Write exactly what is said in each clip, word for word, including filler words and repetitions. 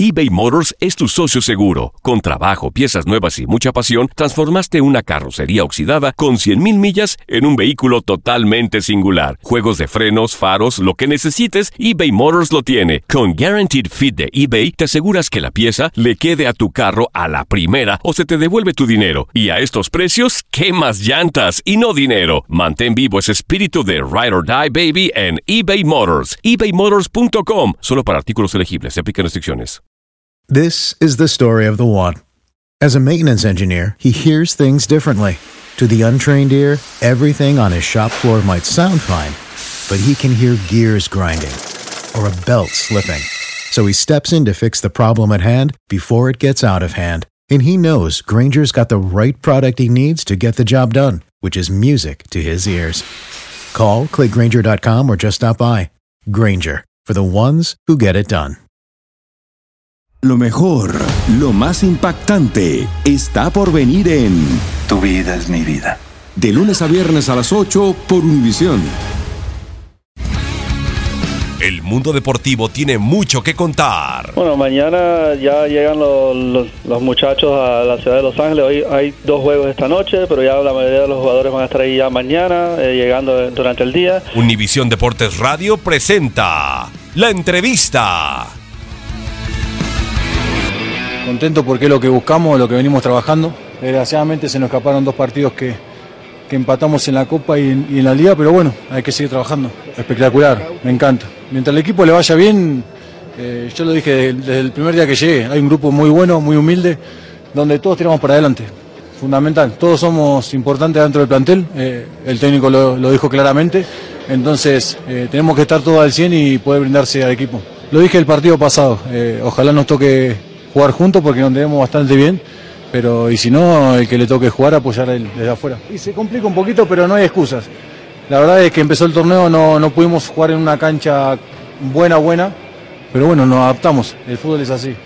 eBay Motors es tu socio seguro. Con trabajo, piezas nuevas y mucha pasión, transformaste una carrocería oxidada con cien mil millas en un vehículo totalmente singular. Juegos de frenos, faros, lo que necesites, eBay Motors lo tiene. Con Guaranteed Fit de eBay, te aseguras que la pieza le quede a tu carro a la primera o se te devuelve tu dinero. Y a estos precios, ¿qué más llantas y no dinero? Mantén vivo ese espíritu de Ride or Die, baby, en eBay Motors. ebay motors punto com. Solo para artículos elegibles. Se aplican restricciones. This is the story of the one. As a maintenance engineer, he hears things differently. To the untrained ear, everything on his shop floor might sound fine, but he can hear gears grinding or a belt slipping. So he steps in to fix the problem at hand before it gets out of hand. And he knows Grainger's got the right product he needs to get the job done, which is music to his ears. Call, click Grainger dot com, or just stop by. Grainger, for the ones who get it done. Lo mejor, lo más impactante, está por venir en Tu vida es mi vida. De lunes a viernes a las ocho por Univisión. El mundo deportivo tiene mucho que contar. Bueno, mañana ya llegan los, los, los muchachos a la ciudad de Los Ángeles. Hoy hay dos juegos esta noche, pero ya la mayoría de los jugadores van a estar ahí ya mañana, eh, llegando durante el día. Univisión Deportes Radio presenta La Entrevista. Contento porque es lo que buscamos, lo que venimos trabajando. Desgraciadamente se nos escaparon dos partidos que, que empatamos en la Copa y en, y en la Liga, pero bueno, hay que seguir trabajando. Espectacular, me encanta. Mientras al equipo le vaya bien, eh, yo lo dije desde, desde el primer día que llegué, hay un grupo muy bueno, muy humilde, donde todos tiramos para adelante. Fundamental, todos somos importantes dentro del plantel, eh, el técnico lo, lo dijo claramente, entonces eh, tenemos que estar todos al cien y poder brindarse al equipo. Lo dije el partido pasado, eh, ojalá nos toque jugar juntos porque nos tenemos bastante bien, pero y si no, el que le toque jugar, apoyar él desde afuera. Y se complica un poquito, pero no hay excusas. La verdad es que empezó el torneo, no, no pudimos jugar en una cancha buena, buena, pero bueno, nos adaptamos, el fútbol es así.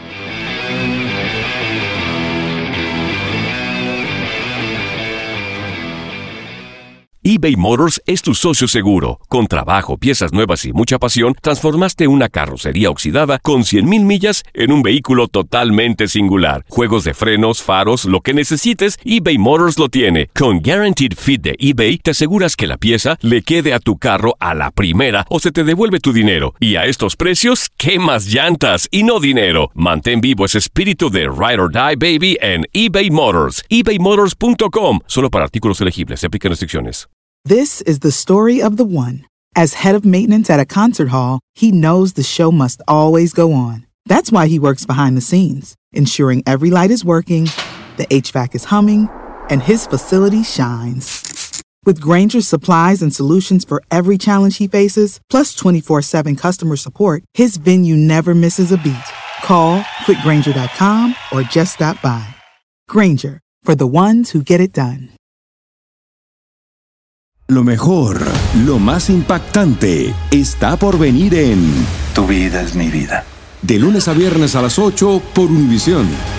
eBay Motors es tu socio seguro. Con trabajo, piezas nuevas y mucha pasión, transformaste una carrocería oxidada con cien mil millas en un vehículo totalmente singular. Juegos de frenos, faros, lo que necesites, eBay Motors lo tiene. Con Guaranteed Fit de eBay, te aseguras que la pieza le quede a tu carro a la primera o se te devuelve tu dinero. Y a estos precios, ¿qué más llantas y no dinero? Mantén vivo ese espíritu de Ride or Die, baby, en eBay Motors. ebay motors punto com. Solo para artículos elegibles. Se aplican restricciones. This is the story of the one. As head of maintenance at a concert hall, he knows the show must always go on. That's why he works behind the scenes, ensuring every light is working, the H V A C is humming, and his facility shines. With Grainger's supplies and solutions for every challenge he faces, plus twenty-four seven customer support, his venue never misses a beat. Call, click Grainger dot com, or just stop by. Grainger, for the ones who get it done. Lo mejor, lo más impactante, está por venir en Tu vida es mi vida. De lunes a viernes a las ocho por Univisión.